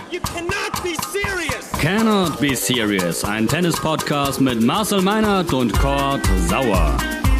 You cannot be serious! Cannot Be Serious, ein Tennis-Podcast mit Marcel Meinert und Kurt Sauer.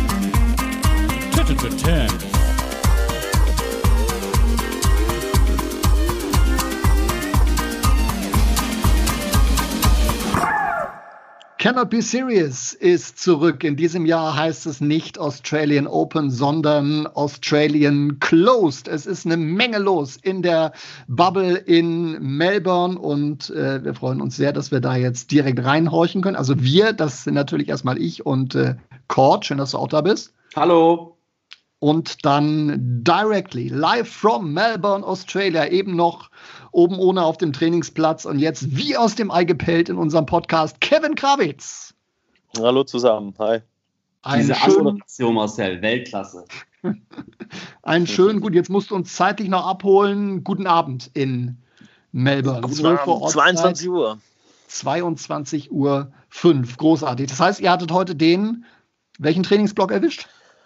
Cannot Be Serious ist zurück. In diesem Jahr heißt es nicht Australian Open, sondern Australian Closed. Es ist eine Menge los in der Bubble in Melbourne und wir freuen uns sehr, dass wir da jetzt direkt reinhorchen können. Also wir, das sind natürlich erstmal ich und Kurt. Schön, dass du auch da bist. Hallo. Und dann directly, live from Melbourne, Australia, eben noch oben ohne auf dem Trainingsplatz und jetzt wie aus dem Ei gepellt in unserem Podcast, Kevin Krawitz. Hallo zusammen, hi. Diese Anmoderation, Marcel, Weltklasse. Einen schönen, gut, jetzt musst du uns zeitlich noch abholen. Guten Abend in Melbourne. 22 Uhr. 22:05 Uhr. Großartig. Das heißt, ihr hattet heute welchen Trainingsblock erwischt?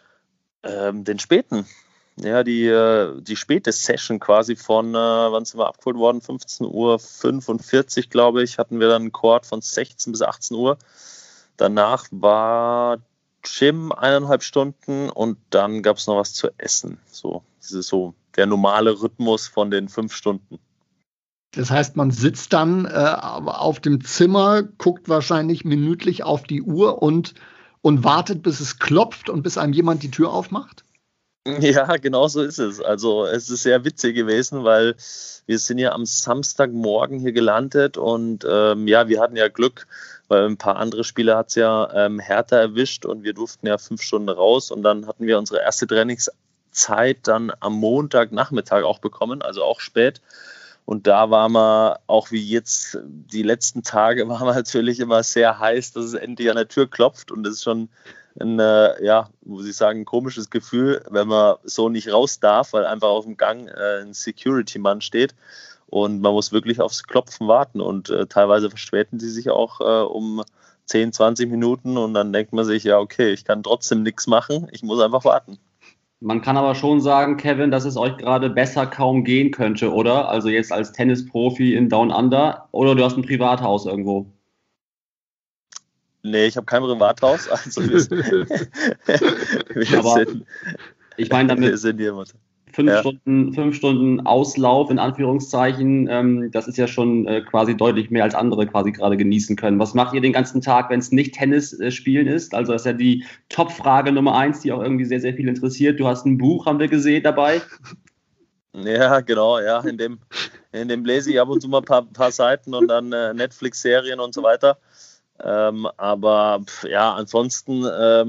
Den späten. Ja, die späte Session quasi von, wann sind wir abgeholt worden? 15:45 Uhr, glaube ich, hatten wir dann einen Court von 16 bis 18 Uhr. Danach war Gym 1,5 Stunden und dann gab es noch was zu essen. So, das ist so der normale Rhythmus von den 5 Stunden. Das heißt, man sitzt dann auf dem Zimmer, guckt wahrscheinlich minütlich auf die Uhr und wartet, bis es klopft und bis einem jemand die Tür aufmacht? Ja, genau so ist es. Also es ist sehr witzig gewesen, weil wir sind ja am Samstagmorgen hier gelandet und wir hatten ja Glück, weil ein paar andere Spieler hat es ja härter erwischt und wir durften ja 5 Stunden raus und dann hatten wir unsere erste Trainingszeit dann am Montagnachmittag auch bekommen, also auch spät. Und da waren wir, auch wie jetzt die letzten Tage, waren wir natürlich immer sehr heiß, dass es endlich an der Tür klopft. Und das ist schon ein, muss ich sagen, ein komisches Gefühl, wenn man so nicht raus darf, weil einfach auf dem Gang ein Security-Mann steht. Und man muss wirklich aufs Klopfen warten. Und teilweise verspäten sie sich auch um 10, 20 Minuten. Und dann denkt man sich, ja, okay, ich kann trotzdem nichts machen. Ich muss einfach warten. Man kann aber schon sagen, Kevin, dass es euch gerade besser kaum gehen könnte, oder? Also jetzt als Tennisprofi in Down Under oder du hast ein Privathaus irgendwo? Nee, ich habe kein Privathaus. Also wir sind hier. 5 Stunden Auslauf, in Anführungszeichen, das ist ja schon quasi deutlich mehr als andere quasi gerade genießen können. Was macht ihr den ganzen Tag, wenn es nicht Tennis spielen ist? Also das ist ja die Top-Frage Nummer 1, die auch irgendwie sehr, sehr viel interessiert. Du hast ein Buch, haben wir gesehen, dabei. Ja, genau, ja. In dem lese ich ab und zu mal ein paar Seiten und dann Netflix-Serien und so weiter. Aber ansonsten,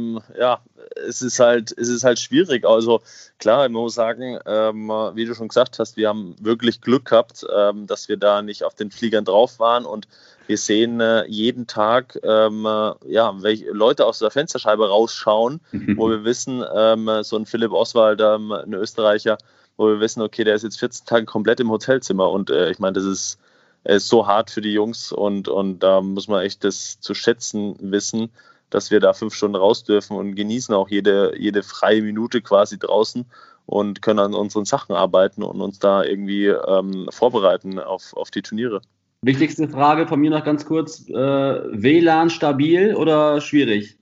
es ist halt schwierig. Also klar, man muss sagen, wie du schon gesagt hast, wir haben wirklich Glück gehabt, dass wir da nicht auf den Fliegern drauf waren und wir sehen jeden Tag, welche Leute aus der Fensterscheibe rausschauen, wo wir wissen, so ein Philipp Oswald, ein Österreicher, wo wir wissen, okay, der ist jetzt 14 Tage komplett im Hotelzimmer und ich meine, das ist so hart für die Jungs und da muss man echt das zu schätzen wissen, dass wir da 5 Stunden raus dürfen und genießen auch jede freie Minute quasi draußen und können an unseren Sachen arbeiten und uns da irgendwie vorbereiten auf die Turniere. Wichtigste Frage von mir noch ganz kurz, WLAN stabil oder schwierig?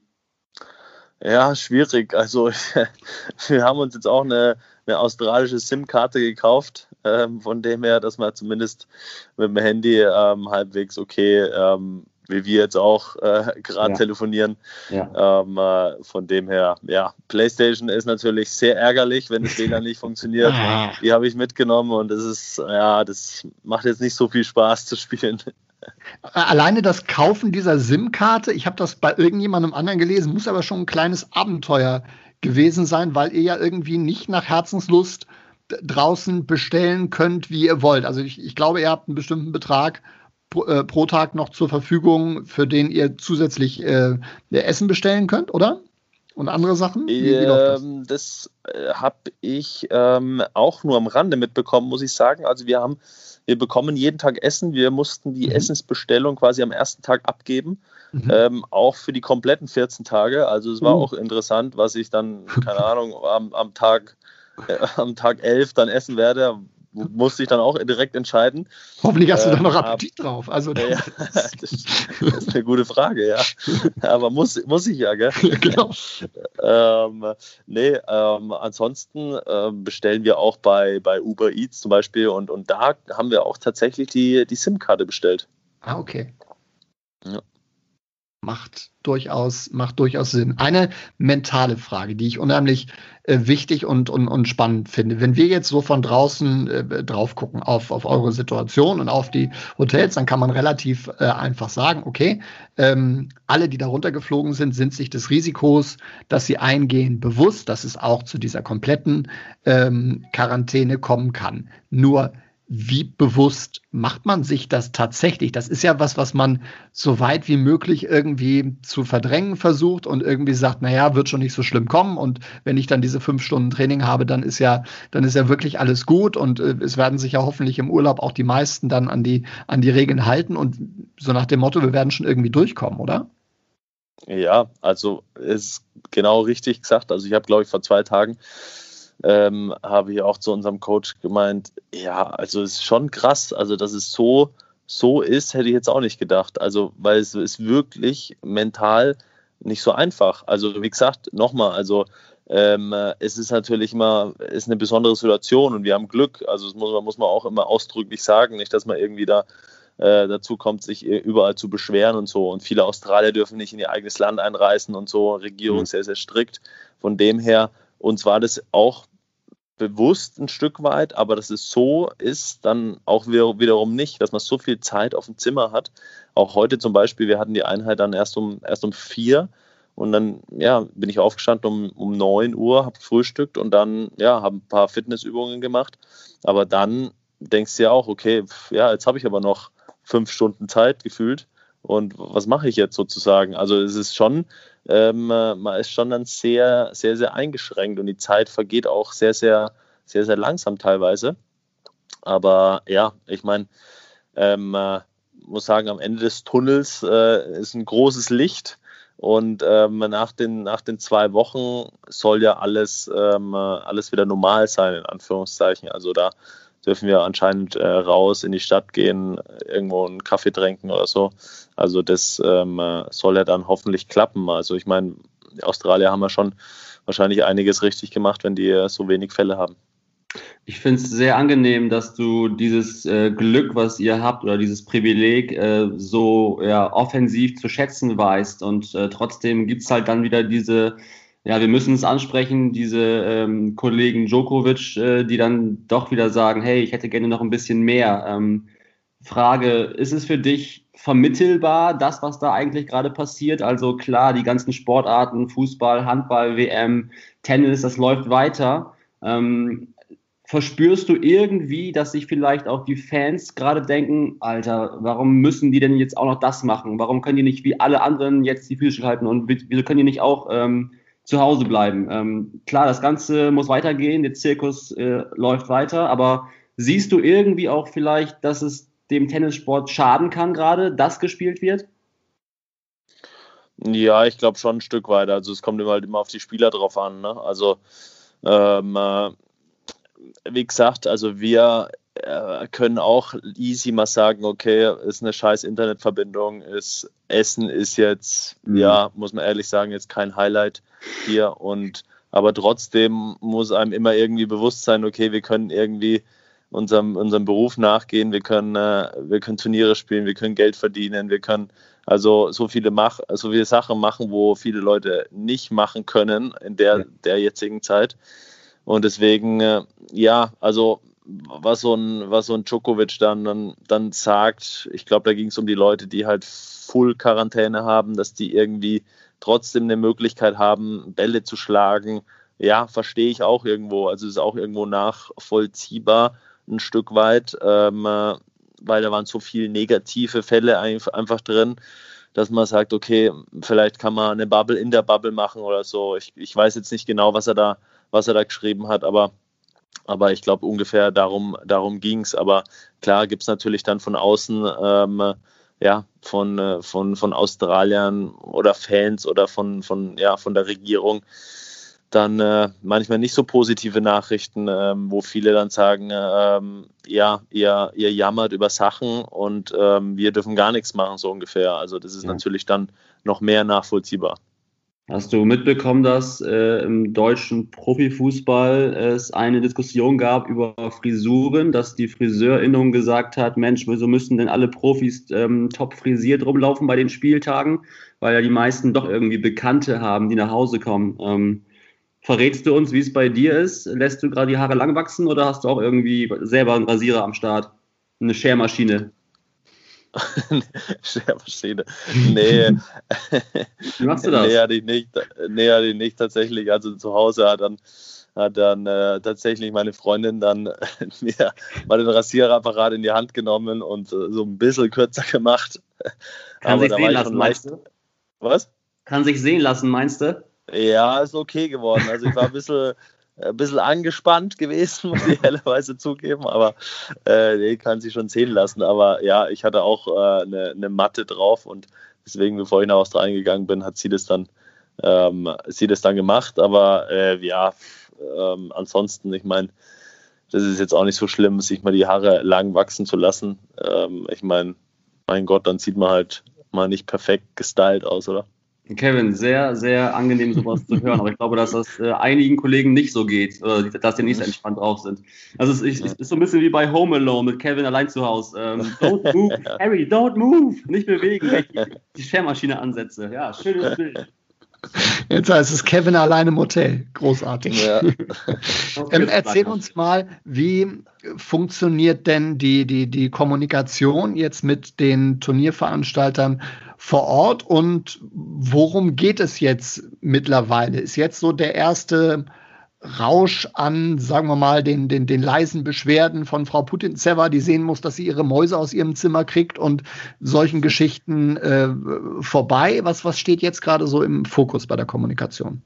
Ja, schwierig. Also wir haben uns jetzt auch eine australische SIM-Karte gekauft, von dem her, dass man zumindest mit dem Handy halbwegs okay, wie wir jetzt auch gerade telefonieren. Ja. Von dem her, ja, PlayStation ist natürlich sehr ärgerlich, wenn das WLAN nicht funktioniert. Die habe ich mitgenommen und das macht jetzt nicht so viel Spaß zu spielen. Alleine das Kaufen dieser SIM-Karte, ich habe das bei irgendjemandem anderen gelesen, muss aber schon ein kleines Abenteuer gewesen sein, weil ihr ja irgendwie nicht nach Herzenslust draußen bestellen könnt, wie ihr wollt. Also ich glaube, ihr habt einen bestimmten Betrag pro Tag noch zur Verfügung, für den ihr zusätzlich Essen bestellen könnt, oder? Und andere Sachen? Wie läuft das? Das habe ich auch nur am Rande mitbekommen, muss ich sagen. Also wir bekommen jeden Tag Essen. Wir mussten die Essensbestellung quasi am ersten Tag abgeben. Auch für die kompletten 14 Tage. Also es war auch interessant, was ich dann, keine Ahnung, am Tag 11 dann essen werde. musste ich dann auch direkt entscheiden. Hoffentlich hast du da noch Appetit drauf. Also, ja, das ist eine gute Frage, ja. Aber muss ich ja, gell? Genau. Ansonsten bestellen wir auch bei Uber Eats zum Beispiel und da haben wir auch tatsächlich die SIM-Karte bestellt. Ah, okay. Ja. Macht durchaus Sinn. Eine mentale Frage, die ich unheimlich wichtig und spannend finde. Wenn wir jetzt so von draußen drauf gucken auf eure Situation und auf die Hotels, dann kann man relativ einfach sagen, okay, alle, die da runtergeflogen sind sich des Risikos, das sie eingehen, bewusst, dass es auch zu dieser kompletten Quarantäne kommen kann. Nur wie bewusst macht man sich das tatsächlich? Das ist ja was man so weit wie möglich irgendwie zu verdrängen versucht und irgendwie sagt, naja, wird schon nicht so schlimm kommen. Und wenn ich dann diese 5 Stunden Training habe, dann ist ja wirklich alles gut. Und es werden sich ja hoffentlich im Urlaub auch die meisten dann an die Regeln halten. Und so nach dem Motto, wir werden schon irgendwie durchkommen, oder? Ja, also ist genau richtig gesagt. Also ich habe, glaube ich, vor 2 Tagen habe ich auch zu unserem Coach gemeint, ja, also es ist schon krass, also dass es so ist, hätte ich jetzt auch nicht gedacht, also weil es ist wirklich mental nicht so einfach, also wie gesagt, nochmal, also es ist natürlich ist eine besondere Situation und wir haben Glück, also das muss man auch immer ausdrücklich sagen, nicht, dass man irgendwie da dazu kommt, sich überall zu beschweren und so, und viele Australier dürfen nicht in ihr eigenes Land einreisen und so, Regierung sehr, sehr strikt, von dem her, uns war das auch bewusst ein Stück weit, aber dass es so ist, dann auch wiederum nicht, dass man so viel Zeit auf dem Zimmer hat. Auch heute zum Beispiel, wir hatten die Einheit dann erst um 4 und dann bin ich aufgestanden um 9 Uhr, habe gefrühstückt und dann habe ein paar Fitnessübungen gemacht. Aber dann denkst du ja auch, okay, jetzt habe ich aber noch 5 Stunden Zeit gefühlt und was mache ich jetzt sozusagen? Also es ist schon, man ist schon dann sehr, sehr, sehr eingeschränkt und die Zeit vergeht auch sehr, sehr, sehr, sehr langsam teilweise. Aber ich meine, muss sagen, am Ende des Tunnels ist ein großes Licht und nach den 2 Wochen soll ja alles wieder normal sein, in Anführungszeichen. Also da dürfen wir anscheinend raus in die Stadt gehen, irgendwo einen Kaffee trinken oder so. Also das soll ja dann hoffentlich klappen. Also ich meine, die Australier haben ja schon wahrscheinlich einiges richtig gemacht, wenn die so wenig Fälle haben. Ich finde es sehr angenehm, dass du dieses Glück, was ihr habt, oder dieses Privileg so offensiv zu schätzen weißt. Und trotzdem gibt es halt dann wieder diese, wir müssen es ansprechen, diese Kollegen Djokovic, die dann doch wieder sagen, hey, ich hätte gerne noch ein bisschen mehr. Frage, ist es für dich vermittelbar, das, was da eigentlich gerade passiert? Also klar, die ganzen Sportarten, Fußball, Handball, WM, Tennis, das läuft weiter. Verspürst du irgendwie, dass sich vielleicht auch die Fans gerade denken, Alter, warum müssen die denn jetzt auch noch das machen? Warum können die nicht wie alle anderen jetzt die Füße halten und wieso können die nicht auch zu Hause bleiben? Klar, das Ganze muss weitergehen, der Zirkus läuft weiter, aber siehst du irgendwie auch vielleicht, dass es dem Tennissport schaden kann gerade, dass gespielt wird? Ja, ich glaube schon ein Stück weit. Also es kommt immer auf die Spieler drauf an. Ne? Also wie gesagt, also wir können auch easy mal sagen, okay, ist eine scheiß Internetverbindung, Essen ist jetzt, muss man ehrlich sagen, jetzt kein Highlight hier, aber trotzdem muss einem immer irgendwie bewusst sein, okay, wir können irgendwie unserem Beruf nachgehen, wir können Turniere spielen, wir können Geld verdienen, wir können also so viele Sachen machen, wo viele Leute nicht machen können in der jetzigen Zeit. Und deswegen, also was so ein Djokovic dann sagt, ich glaube, da ging es um die Leute, die halt Full-Quarantäne haben, dass die irgendwie trotzdem eine Möglichkeit haben, Bälle zu schlagen. Ja, verstehe ich auch irgendwo. Also ist auch irgendwo nachvollziehbar ein Stück weit, weil da waren so viele negative Fälle einfach drin, dass man sagt, okay, vielleicht kann man eine Bubble in der Bubble machen oder so. Ich weiß jetzt nicht genau, was er da geschrieben hat, aber ich glaube ungefähr darum ging es. Aber klar gibt es natürlich dann von außen, von Australiern oder Fans oder von der Regierung dann manchmal nicht so positive Nachrichten, wo viele dann sagen, ja, ihr jammert über Sachen und wir dürfen gar nichts machen, so ungefähr. Also das ist natürlich dann noch mehr nachvollziehbar. Hast du mitbekommen, dass im deutschen Profifußball es eine Diskussion gab über Frisuren, dass die Friseurinnung gesagt hat, Mensch, wieso müssen denn alle Profis top frisiert rumlaufen bei den Spieltagen, weil ja die meisten doch irgendwie Bekannte haben, die nach Hause kommen. Verrätst du uns, wie es bei dir ist? Lässt du gerade die Haare lang wachsen oder hast du auch irgendwie selber einen Rasierer am Start? Eine Schermaschine? Schermaschine. Nee. Wie machst du das? Nee, hatte ich nicht tatsächlich. Also zu Hause hat dann tatsächlich meine Freundin dann mir mal den Rasierapparat in die Hand genommen und so ein bisschen kürzer gemacht. Kann sich sehen lassen, meinst du? Was? Kann sich sehen lassen, meinst du? Ja, ist okay geworden. Also ich war ein bisschen angespannt gewesen, muss ich ehrlicherweise zugeben, aber nee, kann sich schon sehen lassen. Aber ja, ich hatte auch eine Matte drauf und deswegen, bevor ich nach Australien gegangen bin, hat sie das dann gemacht. Aber ansonsten, ich meine, das ist jetzt auch nicht so schlimm, sich mal die Haare lang wachsen zu lassen. Ich meine, mein Gott, dann sieht man halt mal nicht perfekt gestylt aus, oder? Kevin, sehr, sehr angenehm, sowas zu hören. Aber ich glaube, dass das einigen Kollegen nicht so geht, oder dass die nicht so entspannt drauf sind. Also es ist so ein bisschen wie bei Home Alone mit Kevin allein zu Hause. Don't move, Harry, don't move. Nicht bewegen, wenn ich die Schermaschine ansetze. Ja, schönes Bild. Jetzt heißt es Kevin allein im Hotel. Großartig. Ja. Erzähl uns mal, wie funktioniert denn die Kommunikation jetzt mit den Turnierveranstaltern vor Ort und worum geht es jetzt mittlerweile? Ist jetzt so der erste Rausch an, sagen wir mal, den leisen Beschwerden von Frau Putintseva, die sehen muss, dass sie ihre Mäuse aus ihrem Zimmer kriegt und solchen Geschichten vorbei? Was steht jetzt gerade so im Fokus bei der Kommunikation?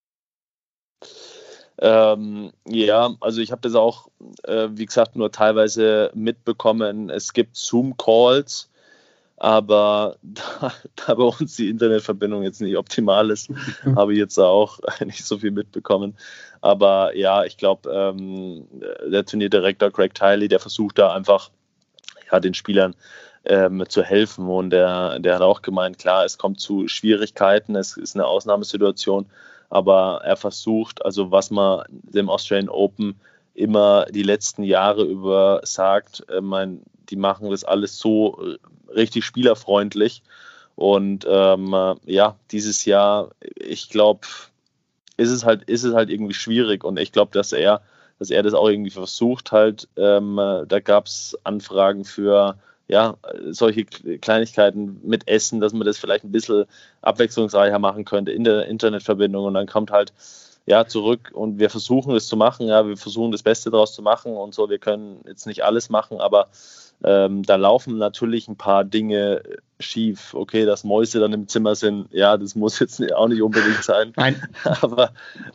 Ja, also ich habe das auch, wie gesagt, nur teilweise mitbekommen. Es gibt Zoom-Calls, aber da bei uns die Internetverbindung jetzt nicht optimal ist, habe ich jetzt auch nicht so viel mitbekommen. Aber ja, ich glaube, der Turnierdirektor Craig Tiley, der versucht da einfach den Spielern zu helfen. Und der hat auch gemeint, klar, es kommt zu Schwierigkeiten, es ist eine Ausnahmesituation, aber er versucht, also was man dem Australian Open immer die letzten Jahre über sagt, die machen das alles so richtig spielerfreundlich. Und dieses Jahr, ich glaube, ist es halt irgendwie schwierig. Und ich glaube, dass er das auch irgendwie versucht halt. Da gab es Anfragen für solche Kleinigkeiten mit Essen, dass man das vielleicht ein bisschen abwechslungsreicher machen könnte in der Internetverbindung. Und dann kommt halt zurück und wir versuchen es zu machen. Ja, wir versuchen das Beste daraus zu machen und so. Wir können jetzt nicht alles machen, aber da laufen natürlich ein paar Dinge schief. Okay, dass Mäuse dann im Zimmer sind, ja, das muss jetzt auch nicht unbedingt sein. Nein. Aber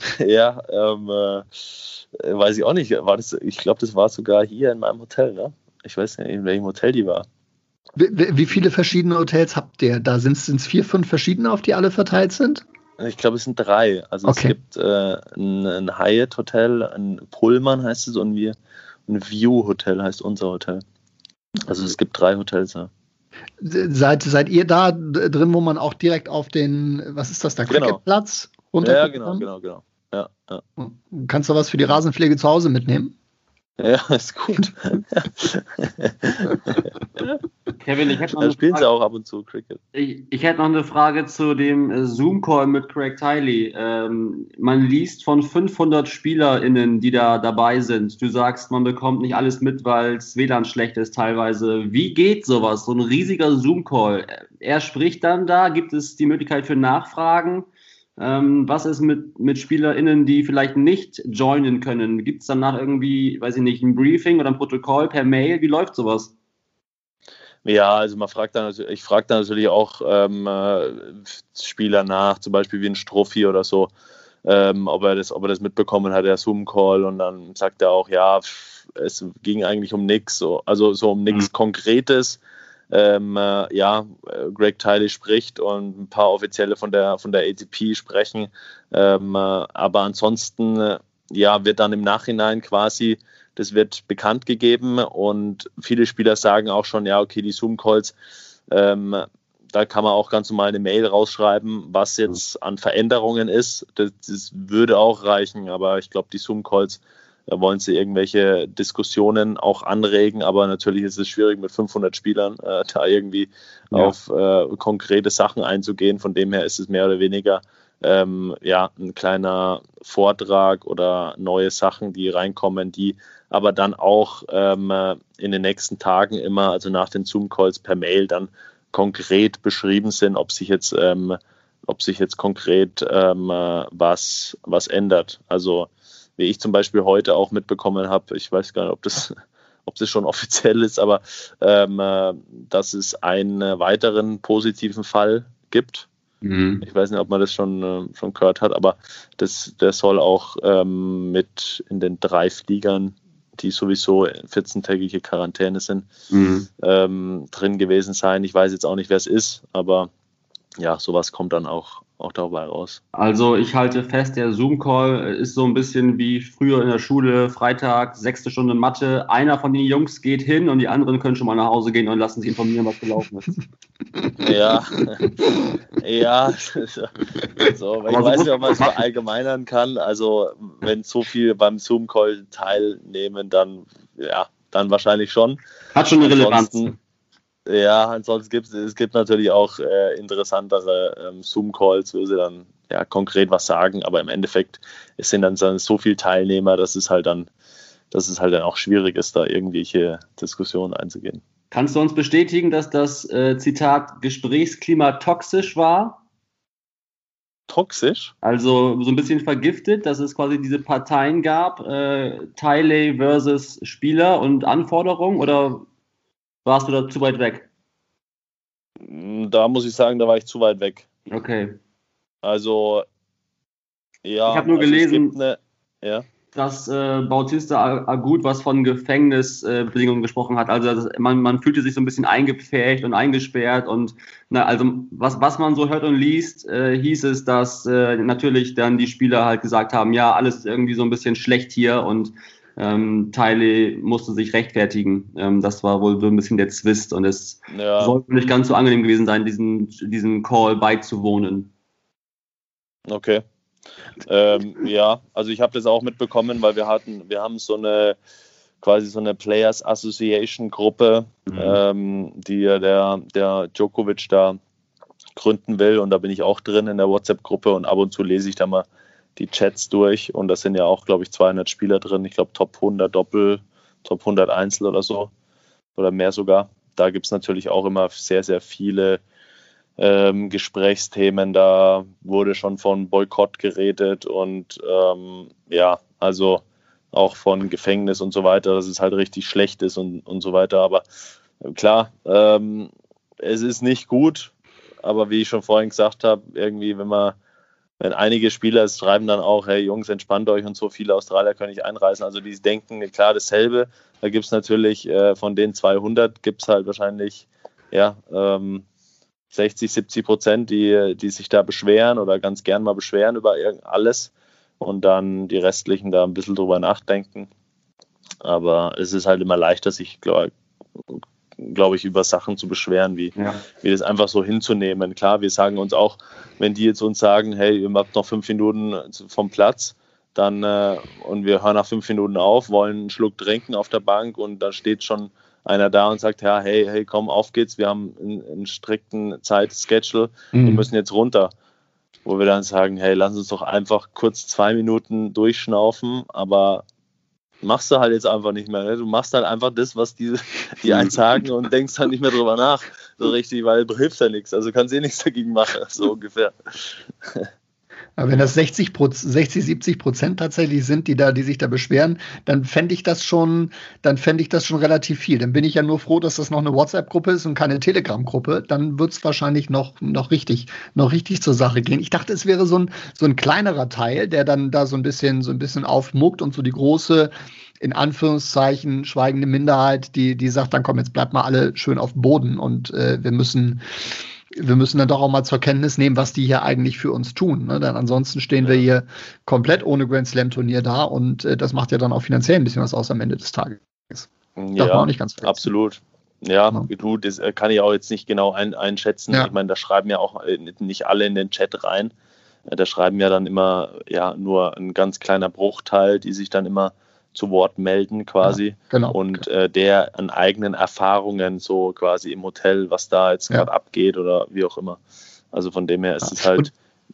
weiß ich auch nicht. Ich glaube, das war sogar hier in meinem Hotel, ne? Ich weiß nicht, in welchem Hotel die war. Wie viele verschiedene Hotels habt ihr? Da sind es 4, 5 verschiedene, auf die alle verteilt sind? Ich glaube, es sind 3. Also okay. Es gibt ein Hyatt-Hotel, ein Pullman heißt es und ein View-Hotel heißt unser Hotel. Also es gibt 3 Hotels, ja. Seid ihr da drin, wo man auch direkt auf den, was ist das da, Cricketplatz runtergucken kann? Ja, genau. Ja. Kannst du was für die Rasenpflege zu Hause mitnehmen? Ja, ist gut. Kevin, ich hätte noch spielen sie auch ab und zu Cricket. Ich hätte noch eine Frage zu dem Zoom-Call mit Craig Tiley. Man liest von 500 SpielerInnen, die da dabei sind. Du sagst, man bekommt nicht alles mit, weil das WLAN schlecht ist teilweise. Wie geht sowas? So ein riesiger Zoom-Call. Er spricht dann da, gibt es die Möglichkeit für Nachfragen? Was ist mit SpielerInnen, die vielleicht nicht joinen können? Gibt es danach irgendwie, weiß ich nicht, ein Briefing oder ein Protokoll per Mail? Wie läuft sowas? Ja, also ich frage da natürlich auch Spieler nach, zum Beispiel wie ein Strophi oder so, ob er das mitbekommen hat, der Zoom-Call, und dann sagt er auch, ja, es ging eigentlich um nichts, also so um nichts Konkretes. Greg Tiley spricht und ein paar Offizielle von der ATP sprechen. Aber ansonsten wird dann im Nachhinein quasi, das wird bekannt gegeben und viele Spieler sagen auch schon, ja, okay, die Zoom-Calls, da kann man auch ganz normal eine Mail rausschreiben, was jetzt an Veränderungen ist. Das würde auch reichen, aber ich glaube, die Zoom-Calls, da wollen sie irgendwelche Diskussionen auch anregen, aber natürlich ist es schwierig mit 500 Spielern da irgendwie auf konkrete Sachen einzugehen. Von dem her ist es mehr oder weniger ein kleiner Vortrag oder neue Sachen, die reinkommen, die aber dann auch in den nächsten Tagen immer, also nach den Zoom-Calls per Mail dann konkret beschrieben sind, ob sich jetzt konkret was ändert. Also wie ich zum Beispiel heute auch mitbekommen habe, ich weiß gar nicht, ob das schon offiziell ist, aber dass es einen weiteren positiven Fall gibt. Mhm. Ich weiß nicht, ob man das schon gehört hat, aber der soll auch mit in den 3 Fliegern, die sowieso 14-tägige Quarantäne sind, drin gewesen sein. Ich weiß jetzt auch nicht, wer es ist, aber ja, sowas kommt dann auch dabei raus. Also ich halte fest, der Zoom-Call ist so ein bisschen wie früher in der Schule, Freitag, 6. Stunde Mathe. Einer von den Jungs geht hin und die anderen können schon mal nach Hause gehen und lassen sich informieren, was gelaufen ist. Ja. So, ich weiß nicht, ob man es verallgemeinern kann. Also wenn so viel beim Zoom-Call teilnehmen, dann wahrscheinlich schon. Hat schon eine Relevanz. Ja, ansonsten gibt natürlich auch interessantere Zoom-Calls, wo sie dann konkret was sagen, aber im Endeffekt sind dann so viele Teilnehmer, dass es halt dann auch schwierig ist, da irgendwelche Diskussionen einzugehen. Kannst du uns bestätigen, dass das Zitat Gesprächsklima toxisch war? Toxisch? Also so ein bisschen vergiftet, dass es quasi diese Parteien gab, Tiley versus Spieler und Anforderungen, oder warst du da zu weit weg? Da muss ich sagen, da war ich zu weit weg. Okay. Also, ja. Ich habe nur gelesen, dass Bautista Agut was von Gefängnisbedingungen gesprochen hat. Also man fühlte sich so ein bisschen eingepfercht und eingesperrt. Und also was man so hört und liest, hieß es, dass natürlich dann die Spieler halt gesagt haben, ja, alles ist irgendwie so ein bisschen schlecht hier und Tiley musste sich rechtfertigen. Das war wohl so ein bisschen der Zwist und es sollte nicht ganz so angenehm gewesen sein, diesen Call beizuwohnen. Okay. Also ich habe das auch mitbekommen, weil wir haben so eine Players Association Gruppe, die der Djokovic da gründen will, und da bin ich auch drin in der WhatsApp-Gruppe und ab und zu lese ich da mal die Chats durch und da sind ja auch, glaube ich, 200 Spieler drin. Ich glaube, Top 100 Doppel, Top 100 Einzel oder so oder mehr sogar. Da gibt es natürlich auch immer sehr, sehr viele Gesprächsthemen. Da wurde schon von Boykott geredet und also auch von Gefängnis und so weiter, dass es halt richtig schlecht ist und so weiter. Aber klar, es ist nicht gut, aber wie ich schon vorhin gesagt habe, irgendwie, wenn einige Spieler es schreiben dann auch, hey Jungs, entspannt euch und so, viele Australier können nicht einreisen. Also die denken klar dasselbe. Da gibt es natürlich von den 200 gibt es halt wahrscheinlich 60-70%, die sich da beschweren oder ganz gern mal beschweren über alles und dann die restlichen da ein bisschen drüber nachdenken. Aber es ist halt immer leichter, sich, glaube ich, über Sachen zu beschweren, wie das einfach so hinzunehmen. Klar, wir sagen uns auch, wenn die jetzt uns sagen, hey, ihr habt noch 5 Minuten vom Platz, dann und wir hören nach 5 Minuten auf, wollen einen Schluck trinken auf der Bank und da steht schon einer da und sagt, ja, hey, komm, auf geht's, wir haben einen strikten Zeitschedule, wir müssen jetzt runter. Wo wir dann sagen, hey, lass uns doch einfach kurz 2 Minuten durchschnaufen, aber machst du halt jetzt einfach nicht mehr. Ne? Du machst halt einfach das, was die einen sagen und denkst halt nicht mehr drüber nach, so richtig, weil du hilfst ja nichts. Also kannst eh nichts dagegen machen, so ungefähr. Aber wenn das 60-70% tatsächlich sind, die sich da beschweren, dann fände ich das schon relativ viel. Dann bin ich ja nur froh, dass das noch eine WhatsApp-Gruppe ist und keine Telegram-Gruppe. Dann wird es wahrscheinlich noch richtig zur Sache gehen. Ich dachte, es wäre so ein kleinerer Teil, der dann da so ein bisschen aufmuckt und so die große in Anführungszeichen schweigende Minderheit, die sagt, dann komm, jetzt bleibt mal alle schön auf dem Boden und wir müssen dann doch auch mal zur Kenntnis nehmen, was die hier eigentlich für uns tun. Ne? Denn ansonsten stehen wir hier komplett ohne Grand Slam Turnier da und das macht ja dann auch finanziell ein bisschen was aus am Ende des Tages. Darf man auch nicht ganz vergessen. Absolut. Ja, du, das kann ich auch jetzt nicht genau einschätzen. Ja. Ich meine, da schreiben ja auch nicht alle in den Chat rein. Da schreiben ja dann immer nur ein ganz kleiner Bruchteil, die sich dann immer zu Wort melden quasi. Ja, genau. Und der an eigenen Erfahrungen so quasi im Hotel, was da jetzt gerade abgeht oder wie auch immer. Also von dem her ist es halt,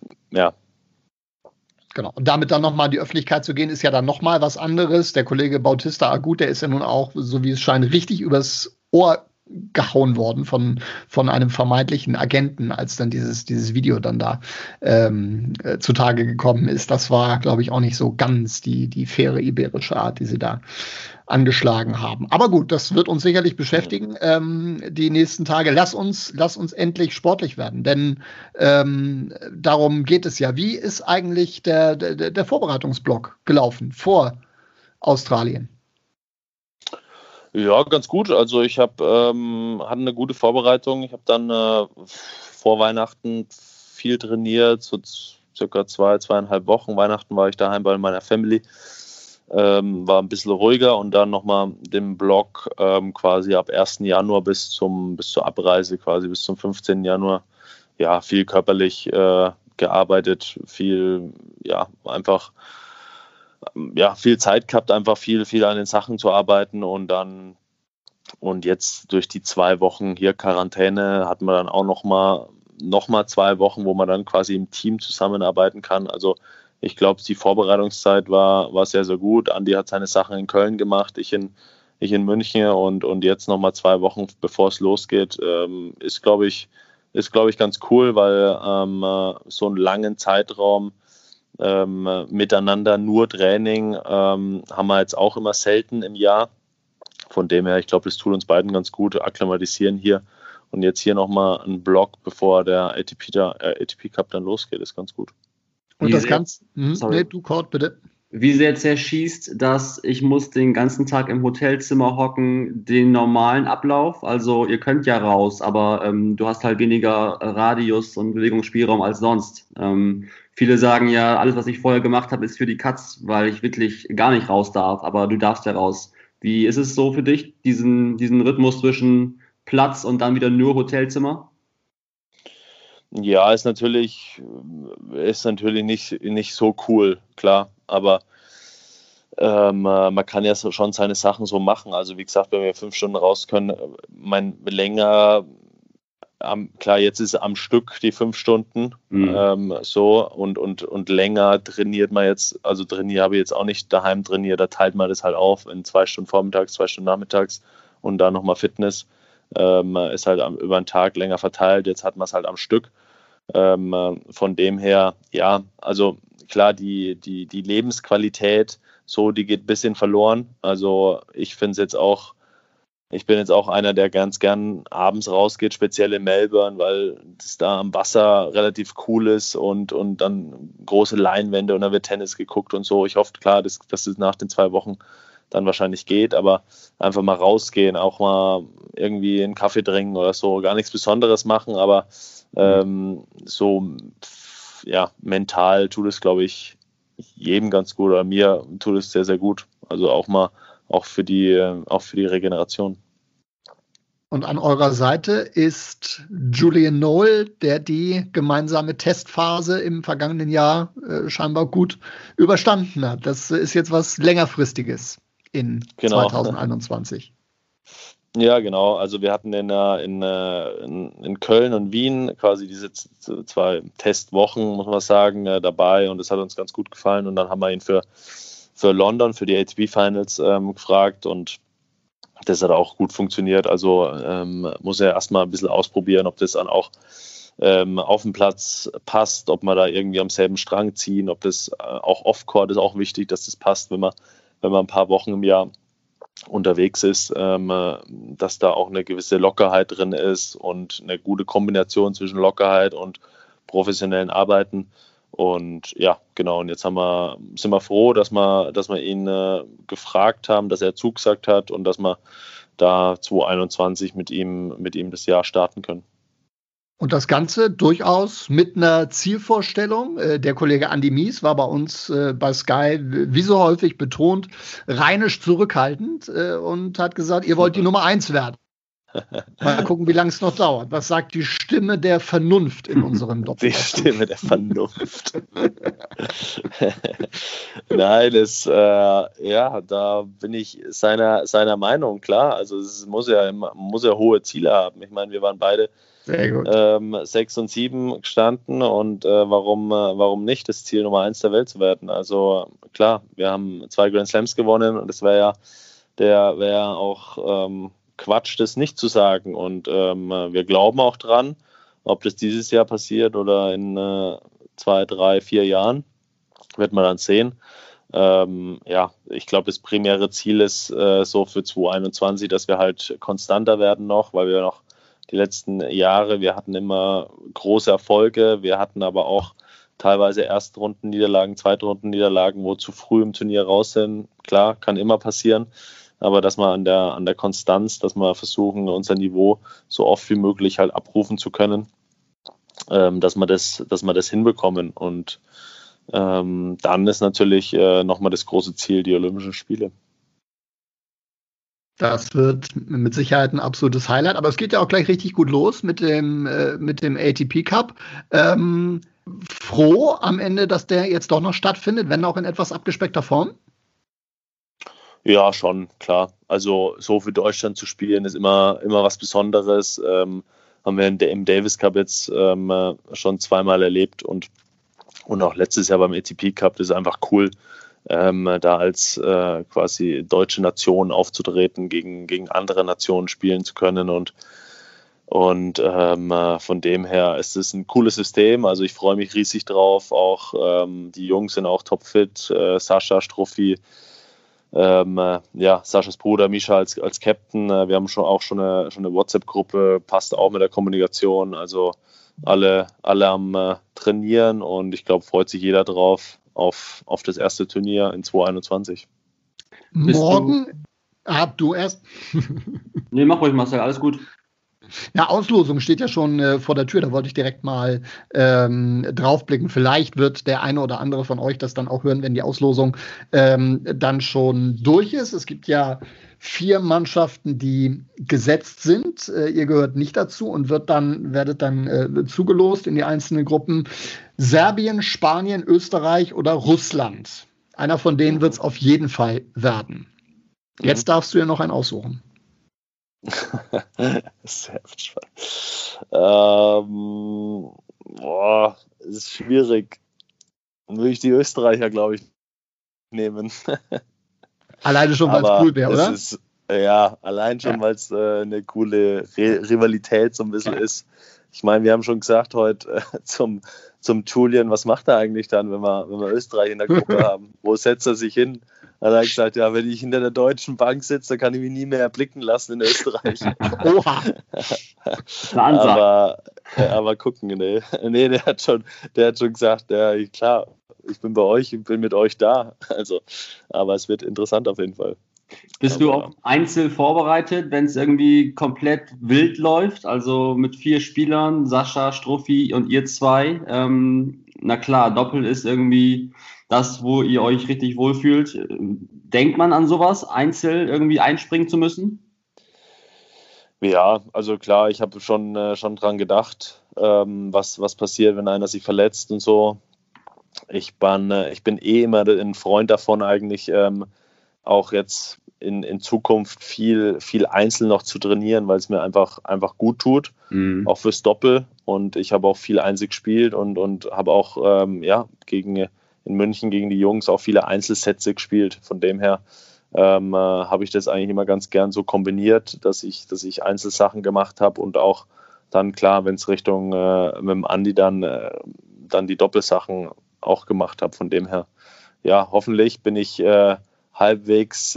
Genau. Und damit dann nochmal in die Öffentlichkeit zu gehen, ist ja dann nochmal was anderes. Der Kollege Bautista Agut, der ist ja nun auch, so wie es scheint, richtig übers Ohr gehauen worden von einem vermeintlichen Agenten, als dann dieses Video dann da zutage gekommen ist. Das war, glaube ich, auch nicht so ganz die faire iberische Art, die sie da angeschlagen haben. Aber gut, das wird uns sicherlich beschäftigen die nächsten Tage. Lass uns endlich sportlich werden, denn darum geht es ja. Wie ist eigentlich der Vorbereitungsblock gelaufen vor Australien? Ja, ganz gut. Also ich hatte eine gute Vorbereitung. Ich habe dann vor Weihnachten viel trainiert, so circa 2,5 Wochen. Weihnachten war ich daheim bei meiner Family. War ein bisschen ruhiger und dann nochmal den Block quasi ab 1. Januar bis zur Abreise, quasi bis zum 15. Januar. Ja, viel körperlich gearbeitet, viel viel Zeit gehabt, einfach viel an den Sachen zu arbeiten und jetzt durch die 2 Wochen hier Quarantäne hatten wir dann auch noch mal 2 Wochen, wo man dann quasi im Team zusammenarbeiten kann. Also ich glaube, die Vorbereitungszeit war sehr, sehr gut. Andi hat seine Sachen in Köln gemacht, ich in München und jetzt noch mal 2 Wochen, bevor es losgeht, ist glaube ich ganz cool, weil so einen langen Zeitraum miteinander nur Training haben wir jetzt auch immer selten im Jahr. Von dem her, ich glaube, das tut uns beiden ganz gut, akklimatisieren hier und jetzt hier nochmal einen Block, bevor der ATP Cup dann losgeht, ist ganz gut. Und das Ganze, du Kurt, bitte. Wie sehr zerschießt das, ich muss den ganzen Tag im Hotelzimmer hocken, den normalen Ablauf? Also ihr könnt ja raus, aber du hast halt weniger Radius und Bewegungsspielraum als sonst. Viele sagen ja, alles, was ich vorher gemacht habe, ist für die Katz, weil ich wirklich gar nicht raus darf, aber du darfst ja raus. Wie ist es so für dich, diesen Rhythmus zwischen Platz und dann wieder nur Hotelzimmer? Ja, ist natürlich nicht so cool, klar, aber man kann ja schon seine Sachen so machen. Also wie gesagt, wenn wir 5 Stunden raus können, länger, klar, jetzt ist am Stück die 5 Stunden und länger trainiert man jetzt, also habe ich jetzt auch nicht daheim trainiert, da teilt man das halt auf in 2 Stunden vormittags, 2 Stunden nachmittags und dann nochmal Fitness. Ist halt über den Tag länger verteilt, jetzt hat man es halt am Stück. Von dem her, ja, also klar, die Lebensqualität, so, die geht ein bisschen verloren. Also ich bin jetzt auch einer, der ganz gern abends rausgeht, speziell in Melbourne, weil es da am Wasser relativ cool ist und dann große Leinwände und dann wird Tennis geguckt und so. Ich hoffe, klar, dass es nach den 2 Wochen dann wahrscheinlich geht, aber einfach mal rausgehen, auch mal irgendwie einen Kaffee trinken oder so, gar nichts Besonderes machen, aber mental tut es, glaube ich, jedem ganz gut oder mir tut es sehr, sehr gut. Also auch für die Regeneration. Und an eurer Seite ist Julian Noel, der die gemeinsame Testphase im vergangenen Jahr scheinbar gut überstanden hat. Das ist jetzt was längerfristiges in 2021. Ja, genau. Also wir hatten in Köln und Wien quasi diese 2 Testwochen, muss man sagen, dabei und das hat uns ganz gut gefallen und dann haben wir ihn für London, für die ATP Finals gefragt und das hat auch gut funktioniert. Also muss er erstmal ein bisschen ausprobieren, ob das dann auch auf dem Platz passt, ob wir da irgendwie am selben Strang ziehen, ob das auch Off-Court ist auch wichtig, dass das passt, wenn man ein paar Wochen im Jahr unterwegs ist, dass da auch eine gewisse Lockerheit drin ist und eine gute Kombination zwischen Lockerheit und professionellen Arbeiten. Und ja, genau, und jetzt sind wir froh, dass wir ihn gefragt haben, dass er zugesagt hat und dass wir da 2021 mit ihm das Jahr starten können. Und das Ganze durchaus mit einer Zielvorstellung. Der Kollege Andi Mies war bei uns bei Sky, wie so häufig betont, rheinisch zurückhaltend und hat gesagt, ihr wollt die Nummer 1 werden. Mal gucken, wie lange es noch dauert. Was sagt die Stimme der Vernunft in unserem Doppel? Die Stimme der Vernunft. Nein, da bin ich seiner Meinung, klar. Also es muss ja hohe Ziele haben. Ich meine, wir waren beide 6 und 7 gestanden und warum nicht das Ziel Nummer 1 der Welt zu werden? Also klar, wir haben 2 Grand Slams gewonnen und es wäre ja auch Quatsch, das nicht zu sagen. Und wir glauben auch dran, ob das dieses Jahr passiert oder in 2, 3, 4 Jahren, wird man dann sehen. Ich glaube, das primäre Ziel ist so für 2021, dass wir halt konstanter werden noch, weil wir noch die letzten Jahre, wir hatten immer große Erfolge, wir hatten aber auch teilweise Erstrundenniederlagen, Zweitrundenniederlagen, wo zu früh im Turnier raus sind. Klar, kann immer passieren. Aber dass wir an der Konstanz, dass wir versuchen, unser Niveau so oft wie möglich halt abrufen zu können, dass wir das hinbekommen. Und dann ist natürlich nochmal das große Ziel, die Olympischen Spiele. Das wird mit Sicherheit ein absolutes Highlight. Aber es geht ja auch gleich richtig gut los mit dem ATP Cup. Froh am Ende, dass der jetzt doch noch stattfindet, wenn auch in etwas abgespeckter Form? Ja, schon, klar. Also so für Deutschland zu spielen ist immer was Besonderes. Haben wir im Davis Cup jetzt schon zweimal erlebt und auch letztes Jahr beim ATP Cup. Das ist einfach cool, da als quasi deutsche Nation aufzutreten, gegen andere Nationen spielen zu können und von dem her ist es ein cooles System. Also ich freue mich riesig drauf. Auch die Jungs sind auch topfit. Sascha, Struffi, Saschas Bruder Mischa als Captain. Wir haben schon eine WhatsApp-Gruppe, passt auch mit der Kommunikation. Also alle am Trainieren und ich glaube, freut sich jeder drauf auf das erste Turnier in 2021. Morgen? Du erst? Nee, mach ruhig, Marcel, alles gut. Ja, Auslosung steht ja schon vor der Tür, da wollte ich direkt mal draufblicken. Vielleicht wird der eine oder andere von euch das dann auch hören, wenn die Auslosung dann schon durch ist. Es gibt ja 4 Mannschaften, die gesetzt sind. Ihr gehört nicht dazu und werdet dann zugelost in die einzelnen Gruppen. Serbien, Spanien, Österreich oder Russland. Einer von denen wird es auf jeden Fall werden. Jetzt darfst du ja noch einen aussuchen. Sehr ist schwierig. Dann würde ich die Österreicher, glaube ich, nehmen. Alleine schon, weil es cool wäre, oder? Ja, allein schon, weil es eine coole Rivalität so ein bisschen ist. Ich meine, wir haben schon gesagt heute zum Julian, was macht er eigentlich dann, wenn wir Österreich in der Gruppe haben? Wo setzt er sich hin? Hat er gesagt, ja, wenn ich hinter der Deutschen Bank sitze, dann kann ich mich nie mehr erblicken lassen in Österreich. Oha! aber gucken, nee, der hat schon gesagt, ja, klar, ich bin bei euch, ich bin mit euch da. Also, aber es wird interessant auf jeden Fall. Bist du auf Einzel vorbereitet, wenn es irgendwie komplett wild läuft? Also mit 4 Spielern, Sascha, Struffi und ihr 2. Na klar, Doppel ist irgendwie das, wo ihr euch richtig wohlfühlt. Denkt man an sowas, Einzel irgendwie einspringen zu müssen? Ja, also klar, ich habe schon dran gedacht, was passiert, wenn einer sich verletzt und so. Ich bin immer ein Freund davon eigentlich, auch jetzt in Zukunft viel Einzel noch zu trainieren, weil es mir einfach gut tut, auch fürs Doppel. Und ich habe auch viel Einzel gespielt und habe auch in München gegen die Jungs auch viele Einzelsätze gespielt. Von dem her habe ich das eigentlich immer ganz gern so kombiniert, dass ich Einzelsachen gemacht habe und auch dann klar, wenn es Richtung mit dem Andi dann die Doppelsachen auch gemacht habe. Von dem her, ja, hoffentlich bin ich halbwegs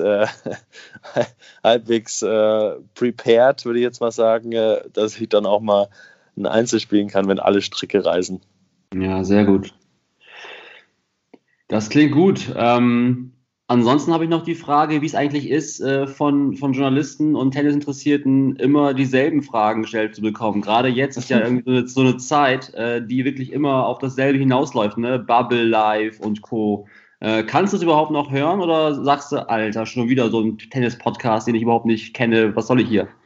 prepared, würde ich jetzt mal sagen, dass ich dann auch mal ein Einzel spielen kann, wenn alle Stricke reisen. Ja, sehr gut. Das klingt gut. Ansonsten habe ich noch die Frage, wie es eigentlich ist, von Journalisten und Tennisinteressierten immer dieselben Fragen gestellt zu bekommen. Gerade jetzt ist ja irgendwie so eine Zeit, die wirklich immer auf dasselbe hinausläuft, ne? Bubble Live und Co. Kannst du es überhaupt noch hören oder sagst du, Alter, schon wieder so ein Tennis-Podcast, den ich überhaupt nicht kenne, was soll ich hier?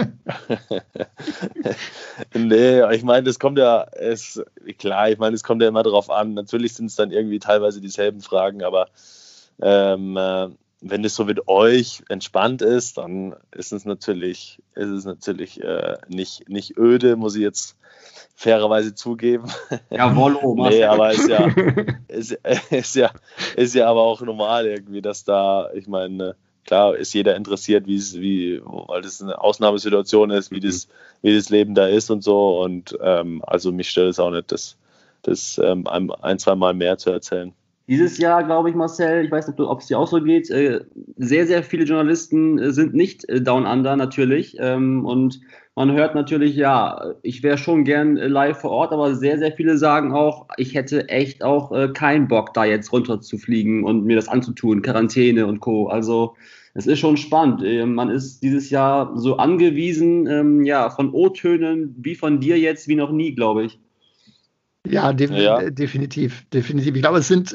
Nee, ich meine, es kommt ja immer darauf an. Natürlich sind es dann irgendwie teilweise dieselben Fragen, aber wenn es so mit euch entspannt ist, dann ist es natürlich nicht öde, muss ich jetzt fairerweise zugeben. Jawollo, nee, aber ist ja aber auch normal irgendwie, dass da, ich meine, klar ist jeder interessiert, weil das eine Ausnahmesituation ist, wie das Leben da ist und so. Und also mich stört es auch nicht, das ein, zwei Mal mehr zu erzählen. Dieses Jahr, glaube ich, Marcel, ich weiß nicht, ob es dir auch so geht, sehr, sehr viele Journalisten sind nicht Down Under natürlich. Und man hört natürlich, ja, ich wäre schon gern live vor Ort, aber sehr, sehr viele sagen auch, ich hätte echt auch keinen Bock, da jetzt runter zu fliegen und mir das anzutun, Quarantäne und Co. Also es ist schon spannend. Man ist dieses Jahr so angewiesen, von O-Tönen wie von dir jetzt, wie noch nie, glaube ich. Ja, definitiv. Ich glaube,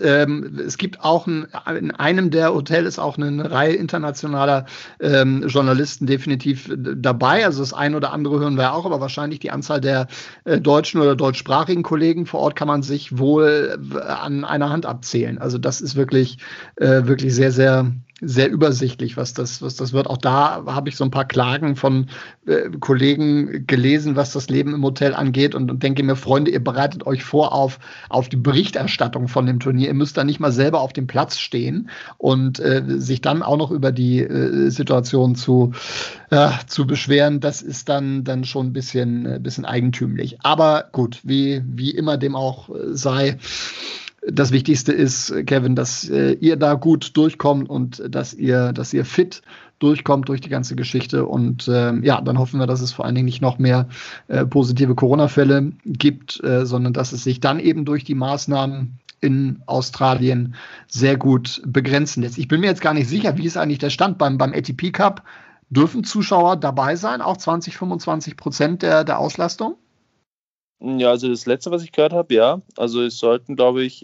es gibt auch in einem der Hotels auch eine Reihe internationaler Journalisten definitiv dabei. Also das eine oder andere hören wir auch, aber wahrscheinlich die Anzahl der deutschen oder deutschsprachigen Kollegen vor Ort kann man sich wohl an einer Hand abzählen. Also das ist wirklich sehr, sehr sehr übersichtlich, was das wird. Auch da habe ich so ein paar Klagen von Kollegen gelesen, was das Leben im Hotel angeht und denke mir, Freunde, ihr bereitet euch vor auf die Berichterstattung von dem Turnier. Ihr müsst da nicht mal selber auf dem Platz stehen und sich dann auch noch über die Situation zu beschweren. Das ist dann schon ein bisschen eigentümlich. Aber gut, wie immer dem auch sei, das Wichtigste ist, Kevin, dass ihr da gut durchkommt und dass ihr fit durchkommt durch die ganze Geschichte. Und dann hoffen wir, dass es vor allen Dingen nicht noch mehr positive Corona-Fälle gibt, sondern dass es sich dann eben durch die Maßnahmen in Australien sehr gut begrenzen lässt. Ich bin mir jetzt gar nicht sicher, wie ist eigentlich der Stand beim ATP Cup. Dürfen Zuschauer dabei sein, auch 20-25% der Auslastung? Ja, also das Letzte, was ich gehört habe, ja. Also es sollten, glaube ich,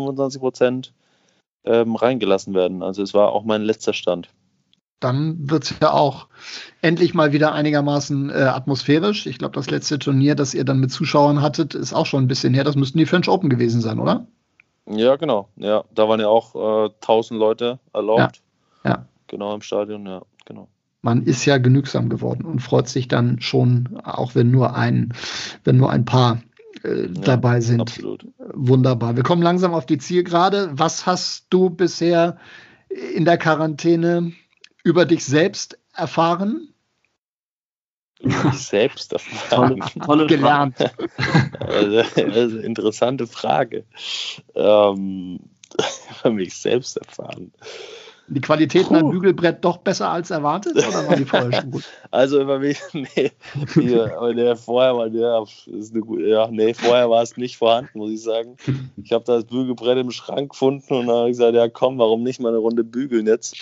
25% reingelassen werden. Also es war auch mein letzter Stand. Dann wird es ja auch endlich mal wieder einigermaßen atmosphärisch. Ich glaube, das letzte Turnier, das ihr dann mit Zuschauern hattet, ist auch schon ein bisschen her. Das müssten die French Open gewesen sein, oder? Ja, genau. Ja, da waren ja auch 1000 Leute erlaubt. Ja. Genau, im Stadion, ja, genau. Man ist ja genügsam geworden und freut sich dann schon, auch wenn nur ein paar dabei sind. Absolut. Wunderbar. Wir kommen langsam auf die Zielgerade. Was hast du bisher in der Quarantäne über dich selbst erfahren? Über mich selbst erfahren? Tolle gelernt. Also interessante Frage. Über mich selbst erfahren. Die Qualität an Bügelbrett doch besser als erwartet oder war die vorher schon gut? Also über mich, vorher war es nicht vorhanden, muss ich sagen. Ich habe das Bügelbrett im Schrank gefunden und dann habe ich gesagt, ja komm, warum nicht mal eine Runde bügeln jetzt?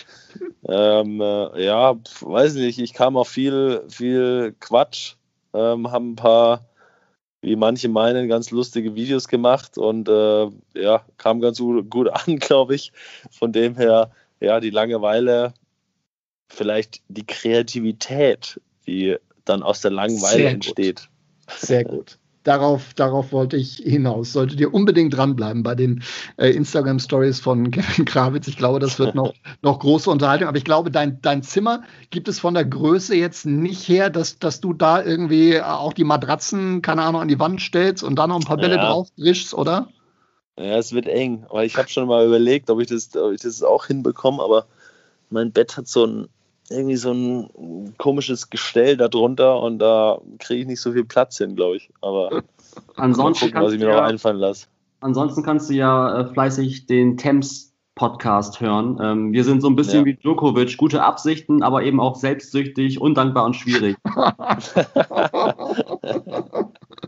Weiß nicht, ich kam auf viel Quatsch, haben ein paar, wie manche meinen, ganz lustige Videos gemacht und kam ganz gut an, glaube ich. Von dem her, ja, die Langeweile, vielleicht die Kreativität, die dann aus der Langeweile entsteht. Sehr gut. Darauf wollte ich hinaus. Solltet ihr unbedingt dranbleiben bei den Instagram-Stories von Kevin Krawitz. Ich glaube, das wird noch große Unterhaltung. Aber ich glaube, dein Zimmer gibt es von der Größe jetzt nicht her, dass du da irgendwie auch die Matratzen, keine Ahnung, an die Wand stellst und dann noch ein paar Bälle drauf drischst, oder? Ja, es wird eng, weil ich habe schon mal überlegt, ob ich das auch hinbekomme, aber mein Bett hat so ein komisches Gestell da drunter und da kriege ich nicht so viel Platz hin, glaube ich. Aber ansonsten mal gucken, was ich mir noch einfallen lasse. Ansonsten kannst du ja fleißig den Temps-Podcast hören. Wir sind so ein bisschen wie Djokovic, gute Absichten, aber eben auch selbstsüchtig, undankbar und schwierig.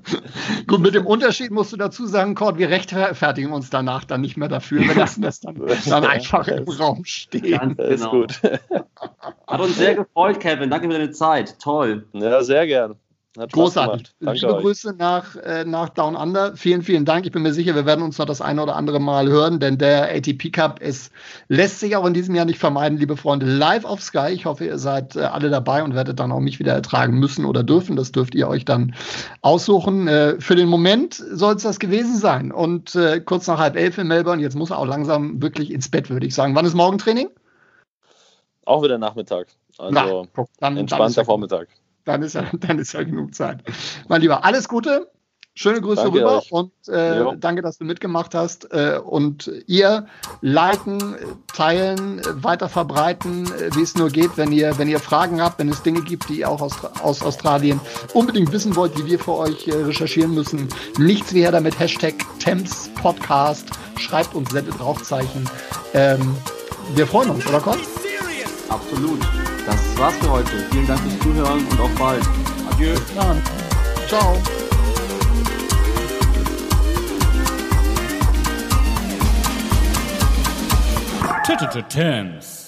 Gut, mit dem Unterschied musst du dazu sagen, Cord, wir rechtfertigen uns danach dann nicht mehr dafür. Wir lassen das dann einfach im Raum stehen. Ganz genau. Ist gut. Hat uns sehr gefreut, Kevin. Danke für deine Zeit. Toll. Ja, sehr gern. Hat großartig. Liebe Grüße nach Down Under. Vielen, vielen Dank. Ich bin mir sicher, wir werden uns noch das eine oder andere Mal hören, denn der ATP Cup lässt sich auch in diesem Jahr nicht vermeiden, liebe Freunde, live auf Sky. Ich hoffe, ihr seid alle dabei und werdet dann auch mich wieder ertragen müssen oder dürfen. Das dürft ihr euch dann aussuchen. Für den Moment soll es das gewesen sein. Und kurz nach 10:30 in Melbourne, jetzt muss er auch langsam wirklich ins Bett, würde ich sagen. Wann ist morgen Training? Auch wieder Nachmittag. Also entspannter Vormittag. Dann ist ja genug Zeit. Mein Lieber, alles Gute, schöne Grüße danke rüber euch. Und danke, dass du mitgemacht hast. Und ihr liken, teilen, weiter verbreiten, wie es nur geht, wenn ihr Fragen habt, wenn es Dinge gibt, die ihr auch aus Australien unbedingt wissen wollt, die wir für euch recherchieren müssen. Nichts wie her damit, #Thamespodcast, schreibt uns, sendet Rauchzeichen. Wir freuen uns, oder Gott? Absolut. Das war's für heute. Vielen Dank fürs Zuhören und auf bald. Adieu. Ja. Ciao. Thames.